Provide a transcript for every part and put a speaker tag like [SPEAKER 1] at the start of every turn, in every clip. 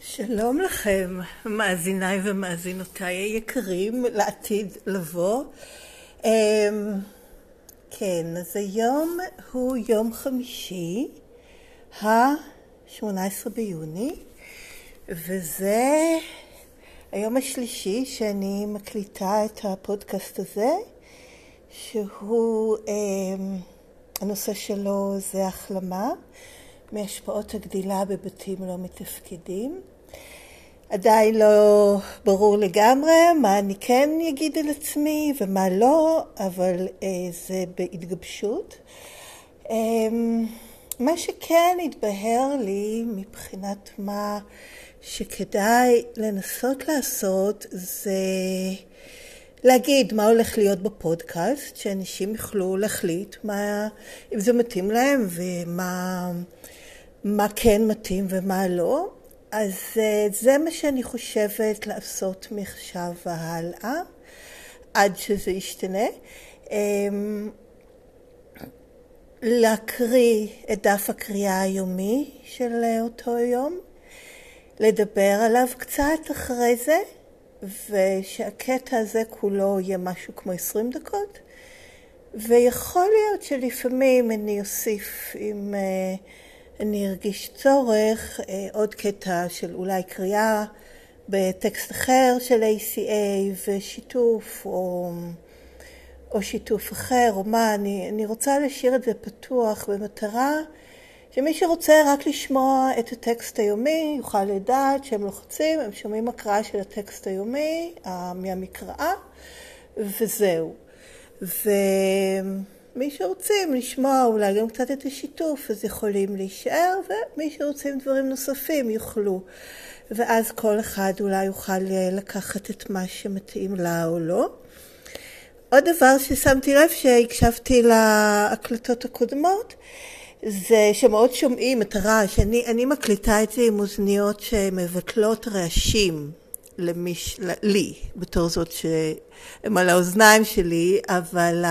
[SPEAKER 1] שלום לכם, מאזיניי ומאזינותיי היקרים לעתיד לבוא. כן, אז היום הוא יום חמישי, ה-18 ביוני, וזה היום השלישי שאני מקליטה את הפודקאסט הזה, שהוא, הנושא שלו זה החלמה מהשפעות הגדילה בבתים לא מתפקדים. עדיין לא ברור לגמרי מה אני כן אגיד על עצמי ומה לא, אבל זה בהתגבשות. מה שכן התבהר לי מבחינת מה שכדאי לנסות לעשות זה להגיד מה הולך להיות בפודקאסט, שאנשים יוכלו להחליט אם זה מתאים להם ומה כן מתאים ומה לא. אז זה מה שאני חושבת לעשות מעכשיו והלאה, עד שזה ישתנה. להקריא את דף הקריאה היומי של אותו יום, לדבר עליו קצת אחרי זה, ושהקטע הזה כולו יהיה משהו כמו 20 דקות, ויכול להיות שלפעמים אני אוסיף אם אני ארגיש צורך עוד קטע של אולי קריאה בטקסט אחר של ACA ושיתוף או שיתוף אחר או מה. אני רוצה להשאיר את זה פתוח במטרה שמי שרוצה רק לשמוע את הטקסט היומי יוכל לדעת שהם לוחצים, הם שומעים הקראה של הטקסט היומי מהמקראה וזהו. ומי שרוצים לשמוע אולי גם קצת את השיתוף אז יכולים להישאר, ומי שרוצים דברים נוספים יוכלו. ואז כל אחד אולי יוכל לקחת את מה שמתאים לה או לא. עוד דבר ששמתי לב שהקשבתי להקלטות הקודמות, זה שמאוד שומעים את הרעש. אני מקליטה את זה עם אוזניות שמבטלות רעשים לי, בתור זאת שהם על האוזניים שלי, אבל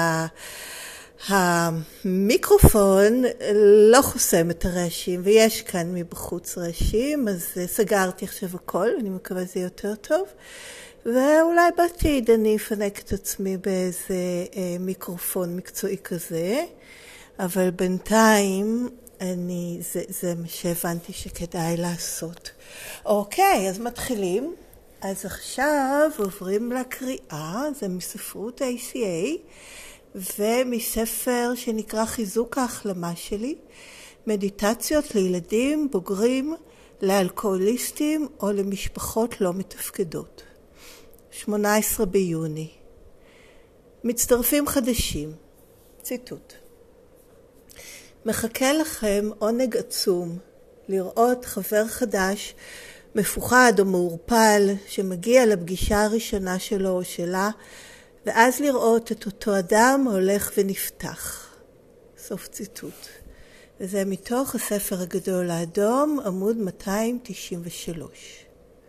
[SPEAKER 1] המיקרופון לא חוסם את הרעשים, ויש כאן מבחוץ רעשים, אז סגרתי עכשיו הכל, אני מקווה זה יותר טוב. ואולי בעתיד אני אפנק את עצמי באיזה מיקרופון מקצועי כזה, אבל בינתיים זה מה שהבנתי שכדאי לעשות. אוקיי, אז מתחילים. אז עכשיו עוברים לקריאה, זה מספרות ACA, ומספר שנקרא חיזוק ההחלמה שלי, מדיטציות לילדים, בוגרים, לאלכוהוליסטים או למשפחות לא מתפקדות. 18 ביוני. מצטרפים חדשים. ציטוט. מחכה לכם עונג עצום לראות חבר חדש מפוחד או מעורפל שמגיע לפגישה הראשונה שלו או שלה, ואז לראות את אותו אדם הולך ונפתח. סוף ציטוט. וזה מתוך הספר הגדול האדום, עמוד 293.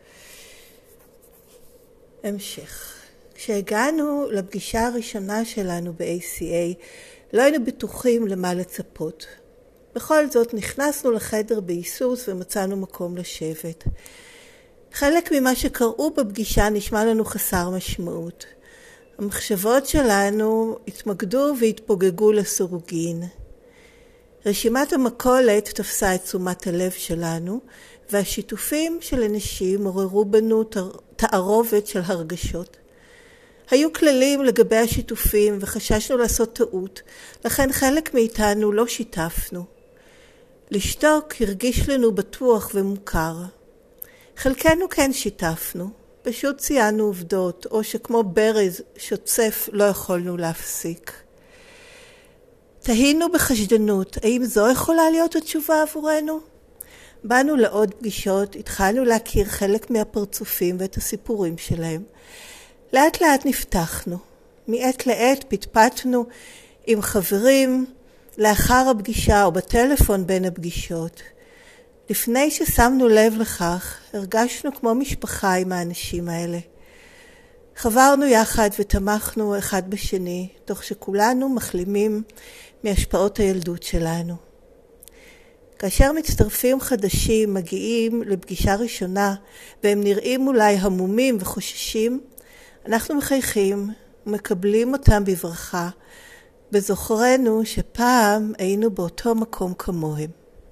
[SPEAKER 1] המשך. כשהגענו לפגישה הראשונה שלנו ב-ACA, לא היינו בטוחים למה לצפות. בכל זאת נכנסנו לחדר בהיסוס ומצאנו מקום לשבת. חלק ממה שקראו בפגישה נשמע לנו חסר משמעות. המחשבות שלנו התמקדו והתפוגגו לסורוגין. רשימת המכולת תפסה את תשומת הלב שלנו, והשיתופים של אנשים עוררו בנו תערובת של הרגשות. היו כללים לגבי השיתופים וחששנו לעשות טעות, לכן חלק מאיתנו לא שיתפנו. לשתוק הרגיש לנו בטוח ומוכר. חלקנו כן שיתפנו, פשוט ציינו עובדות, או שכמו ברז שוצף לא יכולנו להפסיק. תהינו בחשדנות, האם זו יכולה להיות התשובה עבורנו? באנו לעוד פגישות, התחלנו להכיר חלק מהפרצופים ואת הסיפורים שלהם. לאט לאט נפתחנו, מעת לעת פטפטנו עם חברים לאחר הפגישה או בטלפון בין הפגישות. לפני ששמנו לב לכך, הרגשנו כמו משפחה עם האנשים האלה. חברנו יחד ותמכנו אחד בשני, תוך שכולנו מחלימים מהשפעות הילדות שלנו. כאשר מצטרפים חדשים מגיעים לפגישה ראשונה והם נראים אולי המומים וחוששים, אנחנו מחייכים ומקבלים אותם בברכה, בזוכרנו שפעם היינו באותו מקום כמוהם.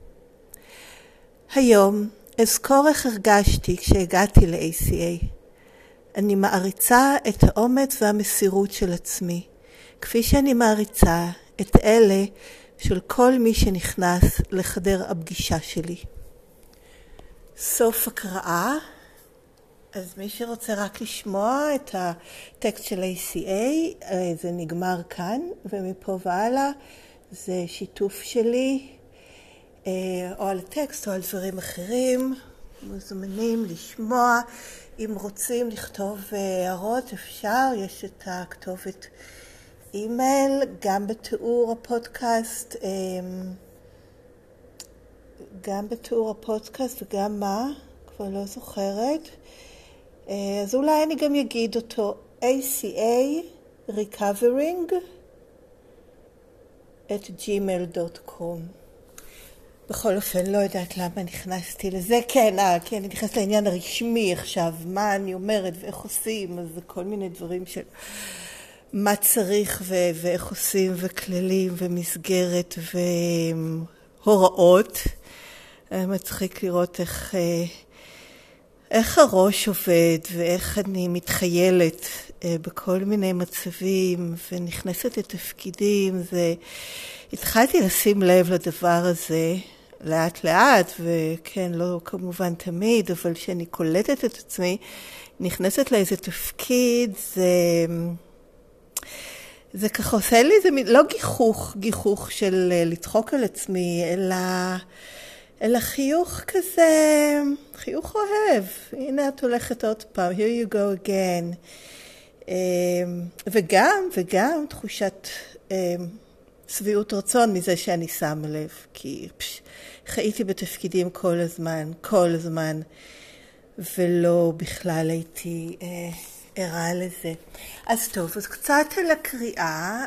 [SPEAKER 1] היום אזכור איך הרגשתי כשהגעתי ל-ACA. אני מעריצה את האומץ והמסירות של עצמי, כפי שאני מעריצה את אלה של כל מי שנכנס לחדר הפגישה שלי. סוף הקראה. אז מי שרוצה רק לשמוע את הטקסט של ACA, זה נגמר כאן, ומפה והלאה זה שיתוף שלי, או על הטקסט או על דברים אחרים. מוזמנים לשמוע. אם רוצים לכתוב הערות אפשר, יש את הכתובת אימייל, גם בתיאור הפודקאסט, וגם מה, כבר לא זוכרת. אז אולי אני גם אגיד אותו, ACA recovering@gmail.com. בכל אופן, לא יודעת למה נכנסתי לזה. כן, אני נכנסת לעניין הרשמי עכשיו, מה אני אומרת ואיך עושים, אז זה כל מיני דברים של מה צריך ואיך עושים וכללים ומסגרת והוראות. מצחיק לראות איך הראש עובד ואיך אני מתחיילת בכל מיני מצבים ונכנסת לתפקידים. התחלתי לשים לב לדבר הזה לאט לאט, וכן, לא כמובן תמיד, אבל כשאני קולטת את עצמי, נכנסת לאיזה תפקיד, זה ככה עושה לי, זה לא גיחוך של לצחוק על עצמי, אלא חיוך כזה, חיוך אוהב. הנה את הולכת עוד פעם, here you go again. וגם תחושת שביעות רצון מזה שאני שמה לב, כי חייתי בתפקידים כל הזמן, ולא בכלל הייתי ערה לזה. אז טוב, אז קצת על הקריאה.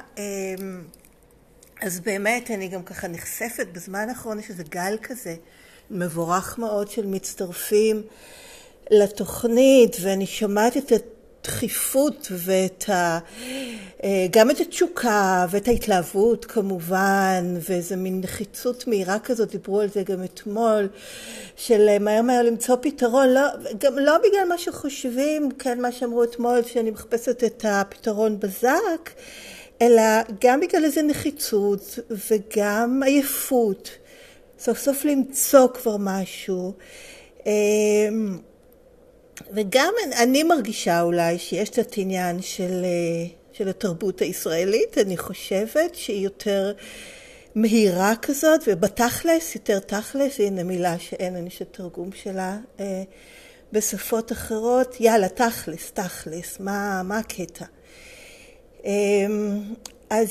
[SPEAKER 1] אז באמת אני גם ככה נחשפת בזמן האחרון, יש איזה גל כזה מבורך מאוד של מצטרפים לתוכנית, ואני שומעת את הדחיפות גם את התשוקה ואת ההתלהבות כמובן, ואיזה מין נחיצות מהירה כזאת, דיברו על זה גם אתמול, של מהר למצוא פתרון, גם לא בגלל מה שחושבים, כן, מה שאמרו אתמול, שאני מחפשת את הפתרון בזק, אלא גם בגלל איזה נחיצות וגם עייפות, סוף סוף למצוא כבר משהו. וגם אני מרגישה אולי שיש את העניין של התרבות הישראלית, אני חושבת שהיא יותר מהירה כזאת, ובתכלס, יותר תכלס, הנה מילה שאין, אני שתרגום שלה בשפות אחרות, יאללה, תכלס, מה הקטע? אז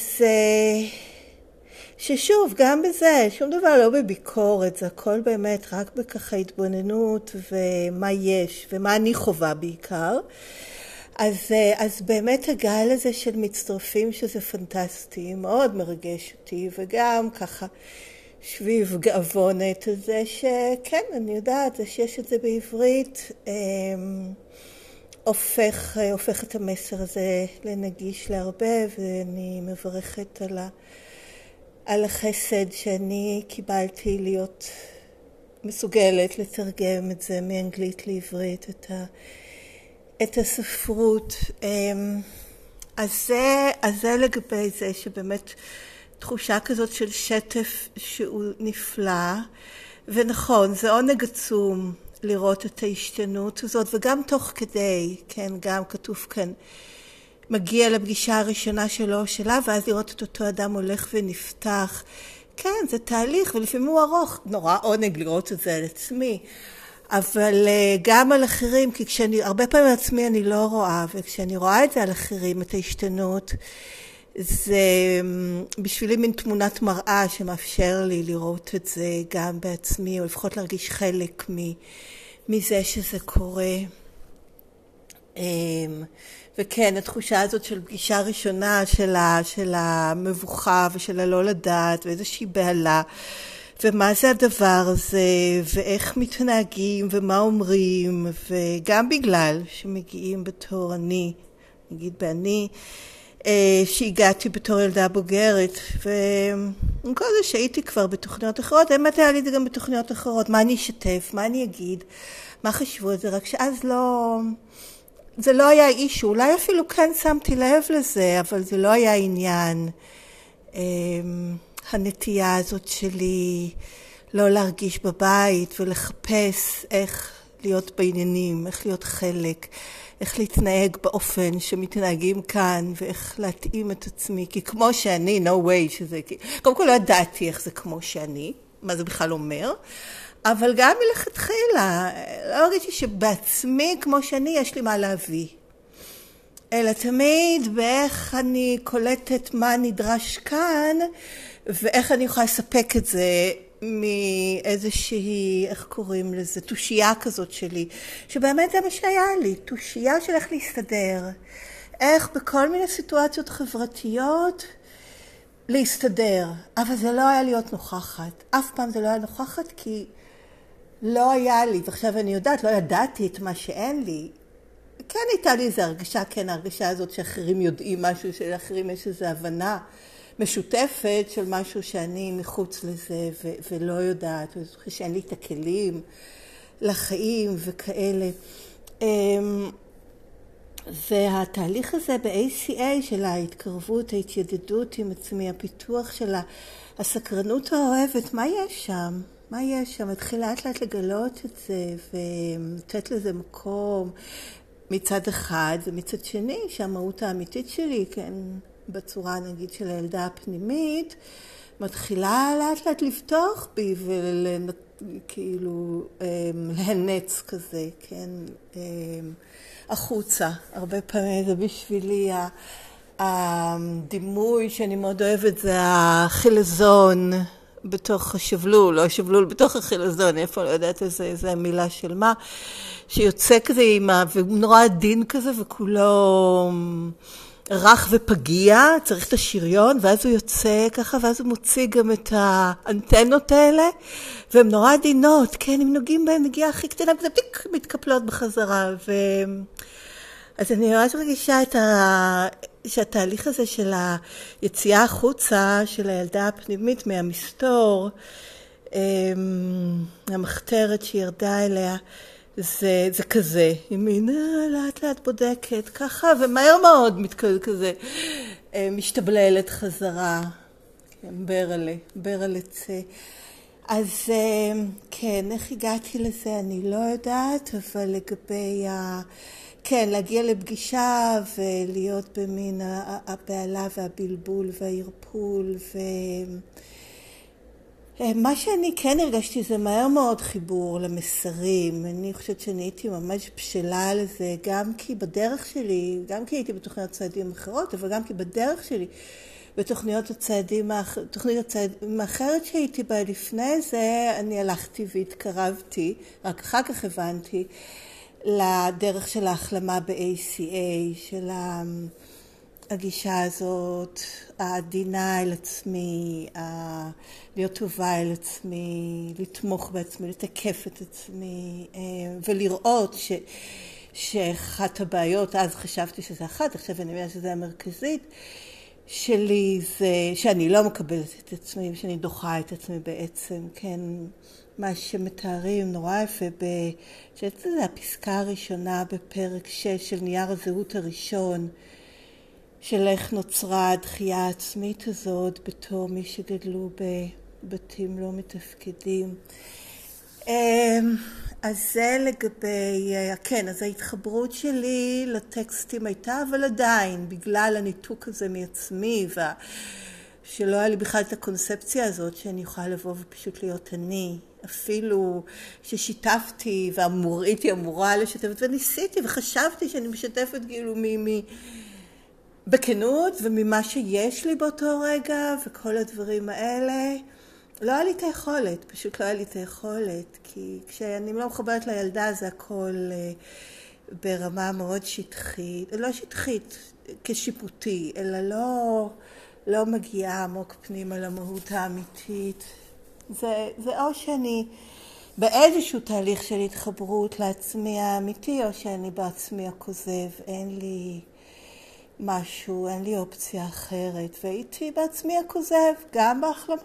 [SPEAKER 1] ששוב, גם בזה, שום דבר לא בביקורת, זה הכל באמת רק בככה התבוננות ומה יש ומה אני חובה בעיקר. אז באמת הגל הזה של מצטרפים שזה פנטסטי, מאוד מרגש אותי, וגם ככה שביב גאוונת הזה שכן, אני יודעת, זה שיש את זה בעברית, הופך את המסר הזה לנגיש להרבה, ואני מברכת על החסד שאני קיבלתי להיות מסוגלת לתרגם את זה מאנגלית לעברית, את הספרות. אז זה לגבי זה שבאמת תחושה כזאת של שטף שהוא נפלא, ונכון, זה עונג עצום לראות את ההשתנות הזאת, וגם תוך כדי, כן, גם כתוב כאן, מגיע לפגישה הראשונה שלו או שלה, ואז לראות את אותו אדם הולך ונפתח. כן, זה תהליך, ולפעמים הוא ארוך, נורא עונג לראות את זה על עצמי, אבל גם על אחרים, כי הרבה פעמים על עצמי אני לא רואה, וכשאני רואה את זה על אחרים, את ההשתנות, זה בשבילי מין תמונת מראה שמאפשר לי לראות את זה גם בעצמי, או לפחות להרגיש חלק מזה שזה קורה. וכן, התחושה הזאת של פגישה ראשונה של המבוכה ושל הלא לדעת, ואיזושהי בהלה, ומה זה הדבר הזה, ואיך מתנהגים, ומה אומרים, וגם בגלל שמגיעים בתור אני, נגיד באני, שהגעתי בתור ילדה בוגרת, ועם כל זה שהייתי כבר בתוכניות אחרות, האמת היה לי את זה גם בתוכניות אחרות, מה אני אשתף, מה אני אגיד, מה חשבו על זה, רק שאז זה לא היה אישו, אולי אפילו כן שמתי לב לזה, אבל זה לא היה עניין. הנטייה הזאת שלי לא להרגיש בבית ולחפש איך להיות בעניינים, איך להיות חלק, איך להתנהג באופן שמתנהגים כאן, ואיך להתאים את עצמי, כי כמו שאני, no way, שזה, קודם כל לא ידעתי איך זה כמו שאני, מה זה בכלל אומר, אבל גם מלכתחילה, לא הרגשתי שבעצמי כמו שאני יש לי מה להביא. אלא תמיד באיך אני קולטת מה נדרש כאן, ואיך אני יכולה לספק את זה מאיזושהי, איך קוראים לזה, תושייה כזאת שלי, שבאמת זה מה שהיה לי, תושייה של איך להסתדר, איך בכל מיני סיטואציות חברתיות להסתדר, אבל זה לא היה להיות נוכחת, אף פעם זה לא היה נוכחת כי לא היה לי, ועכשיו אני יודעת, לא ידעתי את מה שאין לי, כן הייתה לי איזו הרגשה, כן ההרגשה הזאת שאחרים יודעים משהו, שלאחרים יש איזו הבנה משותפת של משהו שאני מחוץ לזה ולא יודעת, שאין לי את הכלים לחיים וכאלה. והתהליך הזה ב-ACA של ההתקרבות, ההתיידדות עם עצמי, הפיתוח של הסקרנות האוהבת, מה יש שם? מה יש שם? התחיל לאט לאט לגלות את זה ולתת לזה מקום מצד אחד, ומצד שני שהמהות האמיתית שלי, כן, בצורה נגיד של הילדה הפנימית, מתחילה לאט לאט לפתוח בי וכאילו להנץ כזה, כן, החוצה. הרבה פעמים זה בשבילי הדימוי שאני מאוד אוהבת, זה החילזון בתוך השבלול, או השבלול בתוך החילזון, איפה לא יודעת איזה המילה של מה, שיוצא כזה ונורא עדין כזה וכולו רך ופגיע, צריך את השריון, ואז הוא יוצא ככה, ואז הוא מוציא גם את האנטנות האלה, והן נורא עדינות, כן, אם נוגעים בהן נגיעה הכי קטנה, וזה פיק מתקפלות בחזרה, אז אני ממש מרגישה שהתהליך הזה של היציאה החוצה של הילדה הפנימית מהמסתור, המחתרת שירדה אליה, זה כזה, היא מין לאט לאט בודקת ככה, ומהר מאוד כזה משתבללת חזרה, ברלה צא. אז כן, איך הגעתי לזה אני לא יודעת, אבל לגבי כן, להגיע לפגישה ולהיות במין הבעלה והבלבול והערפול מה שאני כן הרגשתי זה מהר מאוד חיבור למסרים. אני חושבת שאני הייתי ממש בשלה על זה, גם כי בדרך שלי, גם כי הייתי בתוכניות צעדים אחרות, אבל גם כי בדרך שלי, בתוכנית הצעדים האחרת שהייתי בה לפני זה, אני הלכתי והתקרבתי, רק אחר כך הבנתי, לדרך של ההחלמה ב-ACA, של הגישה הזאת, העדינה אל עצמי, להיות טובה אל עצמי, לתמוך בעצמי, לתקף את עצמי, ולראות שאחת הבעיות, אז חשבתי שזה אחת, עכשיו אני מבינה שזה המרכזית, שלי זה שאני לא מקבלת את עצמי, ושאני דוחה את עצמי בעצם, כן, מה שמתארים נורא יפה, שזה הפסקה הראשונה בפרק 6 של נייר הזהות הראשון, של איך נוצרה הדחייה העצמית הזאת בתור מי שגדלו בבתים לא מתפקדים. אז זה לגבי, כן, אז ההתחברות שלי לטקסטים הייתה, אבל עדיין, בגלל הניתוק הזה מעצמי, שלא היה לי בכלל את הקונספציה הזאת שאני יכולה לבוא ופשוט להיות אני, אפילו ששיתפתי והייתי אמורה לשתף, וניסיתי וחשבתי שאני משתפת כאילו בכנות וממה שיש לי באותו רגע וכל הדברים האלה. לא היה לי את היכולת, פשוט לא היה לי את היכולת, כי כשאני לא מחוברת לילדה זה הכל ברמה מאוד שטחית, לא שטחית כשיפוטי, אלא לא מגיעה עמוק פנימה למהות האמיתית זה או שאני באיזשהו תהליך של התחברות לעצמי האמיתי, או שאני בעצמי הכוזב, אין לי משהו, אין לי אופציה אחרת, והייתי בעצמי הכוזב, גם בהחלמה.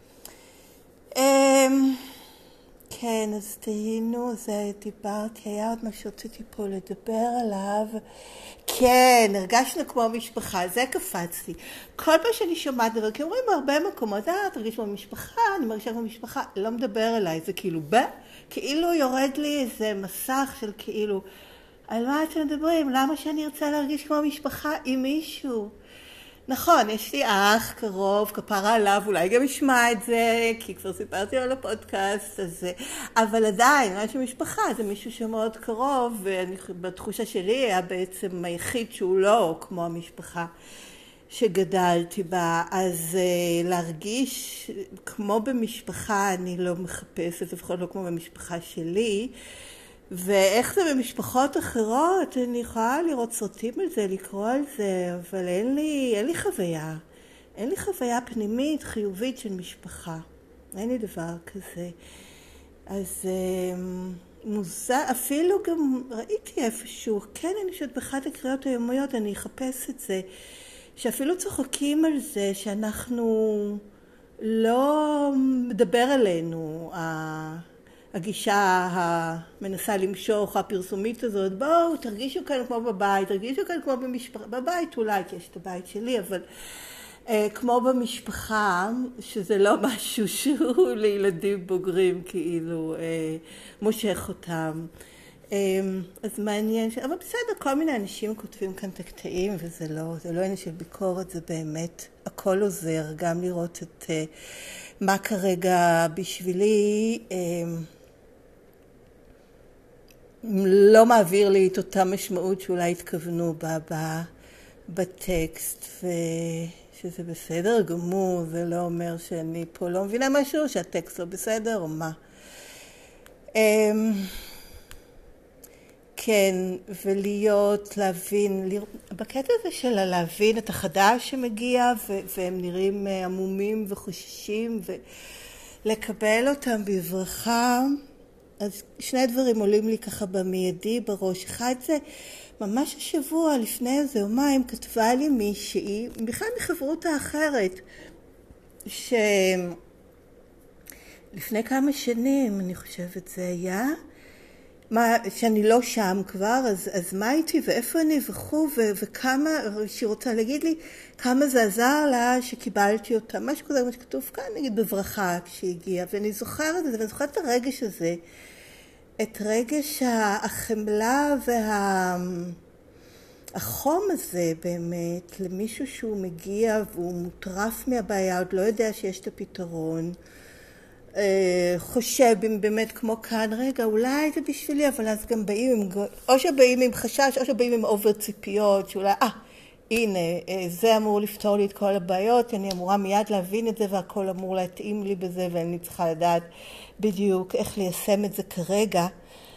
[SPEAKER 1] כן, אז תהיינו, זה דיברתי, היה עוד משהו שרציתי פה לדבר עליו. כן, הרגשנו כמו משפחה, זה קפצתי. כל פעם שאני שומעת דבר, כי אומרים בהרבה מקומות, תרגיש כמו משפחה, אני מרגישה כמו משפחה, לא מדבר אליי, זה כאילו יורד לי איזה מסך של כאילו, על מה אתם מדברים? למה שאני ארצה להרגיש כמו משפחה עם מישהו? נכון, יש לי אח קרוב, כפרה עליו, אולי גם ישמע את זה, כי כבר סיפרתי על הפודקאסט הזה, אבל עדיין, משהו משפחה, זה מישהו שמאוד קרוב, ובתחושה שלי היה בעצם היחיד שהוא לא כמו המשפחה שגדלתי בה, אז להרגיש כמו במשפחה אני לא מחפשת, לפחות לא כמו במשפחה שלי, ואיך זה במשפחות אחרות, אני יכולה לראות סרטים על זה, לקרוא על זה, אבל אין לי חוויה. אין לי חוויה פנימית, חיובית של משפחה. אין לי דבר כזה. אז מוזר, אפילו גם ראיתי איפשהו, כן, אני חושבת באחת הקריאות היומיות, אני אחפש את זה, שאפילו צוחקים על זה שאנחנו לא מדבר עלינו, הגישה המנסה למשוך, הפרסומית הזאת, בואו תרגישו כאן כמו בבית, תרגישו כאן כמו במשפחה, בבית אולי, כי יש את הבית שלי, אבל כמו במשפחה, שזה לא משהו שהוא לילדים בוגרים, כאילו מושך אותם. אז מעניין, אבל בסדר, כל מיני אנשים כותבים כאן את הקטעים, וזה לא עניין של ביקורת, זה באמת, הכל עוזר, גם לראות את מה כרגע בשבילי, לא מעביר לי את אותה משמעות שאולי התכוונו בה בטקסט, ושזה בסדר גמור, זה לא אומר שאני פה לא מבינה משהו, שהטקסט לא בסדר או מה. כן, להבין, בקטע הזה של להבין את החדש שמגיע, והם נראים עמומים וחוששים, ולקבל אותם בברכה, אז שני דברים עולים לי ככה במיידי בראש. אחד זה, ממש השבוע לפני איזה יומיים כתבה לי מישהי, בכלל מחברותה אחרת, שלפני כמה שנים, אני חושבת זה היה, שאני לא שם כבר, אז מה הייתי ואיפה אני וכו', וכמה, שהיא רוצה להגיד לי, כמה זה עזר לה שקיבלתי אותה, משהו כזה, מה שכתוב כאן, נגיד בברכה כשהיא הגיעה, ואני זוכרת את זה, ואני זוכרת את הרגש הזה, את רגש החמלה והחום הזה באמת, למישהו שהוא מגיע והוא מוטרף מהבעיה, עוד לא יודע שיש את הפתרון, חושב באמת כמו כאן, רגע, אולי זה בשבילי, אבל אז גם באים, או שבאים עם חשש, או שבאים עם אובר ציפיות, שאולי, הנה, זה אמור לפתור לי את כל הבעיות, אני אמורה מיד להבין את זה, והכל אמור להתאים לי בזה, ואני צריכה לדעת בדיוק איך ליישם את זה כרגע.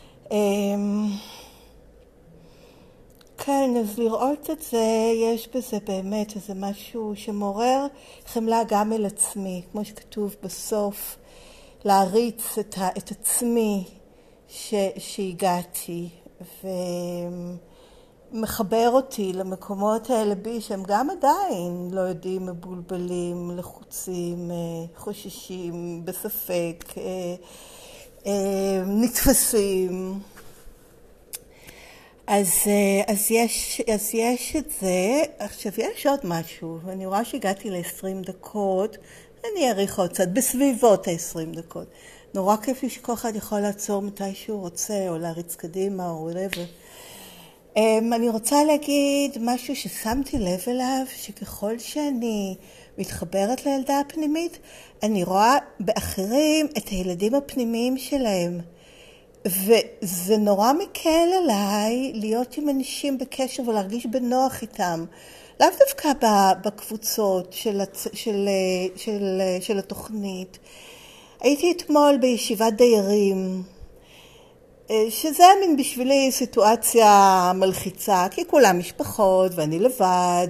[SPEAKER 1] כן, אז לראות את זה, יש בזה באמת איזה משהו שמעורר חמלה גם אל עצמי, כמו שכתוב בסוף, להריץ את עצמי שהגעתי, ומחבר אותי למקומות האלה בי, שהם גם עדיין לא יודעים, מבולבלים, לחוצים, חוששים, בספק, נתפסים. אז יש את זה. עכשיו יש עוד משהו, ואני רואה שהגעתי ל-20 דקות, אני אעריך עוד קצת, בסביבות ה-20 דקות. נורא כיף לי שכל אחד יכול לעצור מתי שהוא רוצה, או להריץ קדימה, או whatever. אני רוצה להגיד משהו ששמתי לב אליו, שככל שאני מתחברת לילדה הפנימית, אני רואה באחרים את הילדים הפנימיים שלהם. וזה נורא מקל עליי להיות עם אנשים בקשר ולהרגיש בנוח איתם. לאו דווקא בקבוצות של התוכנית. הייתי אתמול בישיבת דיירים, שזה מין בשבילי סיטואציה מלחיצה, כי כולם משפחות ואני לבד,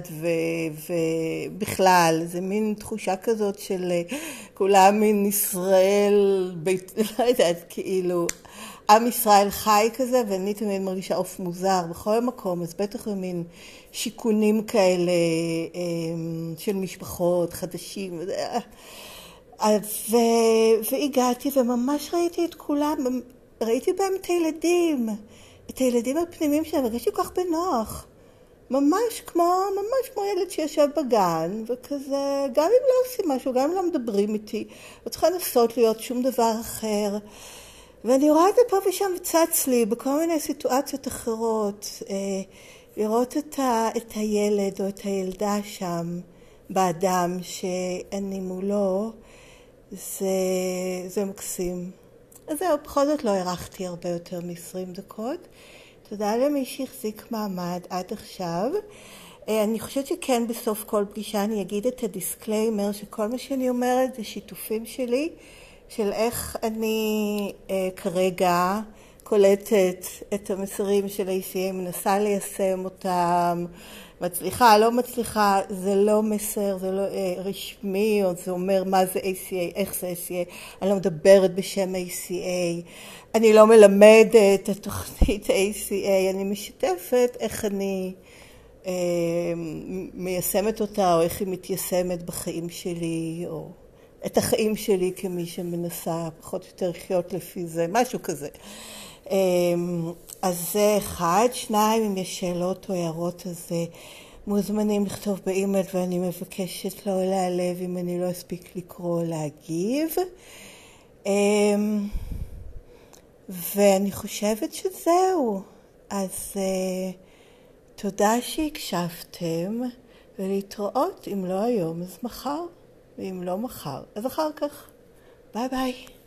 [SPEAKER 1] ובכלל זה מין תחושה כזאת של כולם מן ישראל, לא יודעת, כאילו עם ישראל חי כזה, ואני תמיד מרגישה עוף מוזר בכל מקום, אז בטח במין שיכונים כאלה של משפחות חדשים. והגעתי וממש ראיתי את כולם, ראיתי בהם את הילדים הפנימיים שלהם, הרגשתי כל כך בנוח. ממש כמו ילד שישב בגן, וכזה, גם אם לא עושים משהו, גם אם לא מדברים איתי, לא צריכה לנסות להיות שום דבר אחר. ואני רואה את זה פה ושם צץ לי בכל מיני סיטואציות אחרות, לראות את הילד או את הילדה שם, באדם שאני מולו, זה מקסים. אז זהו, בכל זאת לא הרחתי הרבה יותר מ-20 דקות. תודה למי שהחזיק מעמד עד עכשיו. אני חושבת שכן בסוף כל פגישה אני אגיד את הדיסקליימר שכל מה שאני אומרת זה שיתופים שלי, של איך אני כרגע קולטת את המסרים של ACA, מנסה ליישם אותם, מצליחה, לא מצליחה, זה לא מסר, זה לא רשמי, או זה אומר מה זה ACA, איך זה ACA, אני לא מדברת בשם ACA, אני לא מלמדת את תוכנית ACA, אני משתפת איך אני מיישמת אותה, או איך היא מתיישמת בחיים שלי, או את החיים שלי כמי שמנסה פחות או יותר לחיות לפי זה, משהו כזה. אז זה אחד, שניים, אם יש שאלות או הערות, אז מוזמנים לכתוב באימייל, ואני מבקשת לא להיעלב אם אני לא אספיק לקרוא להגיב. ואני חושבת שזהו. אז תודה שהקשבתם, ולהתראות, אם לא היום אז מחר, ואם לא מחר אז אחר כך. ביי ביי.